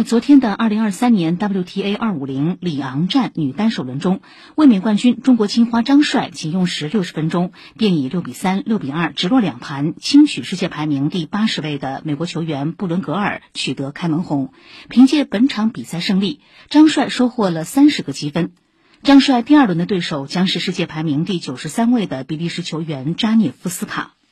在昨天的2023年 WTA 250里昂站女单首轮中，卫冕冠军中国青花张帅仅用时60分钟，便以6比3、6比2直落两盘轻取世界排名第80位的美国球员布伦格尔，取得开门红。凭借本场比赛胜利，张帅收获了30个积分。张帅第二轮的对手将是世界排名第93位的比利时球员扎涅夫斯卡。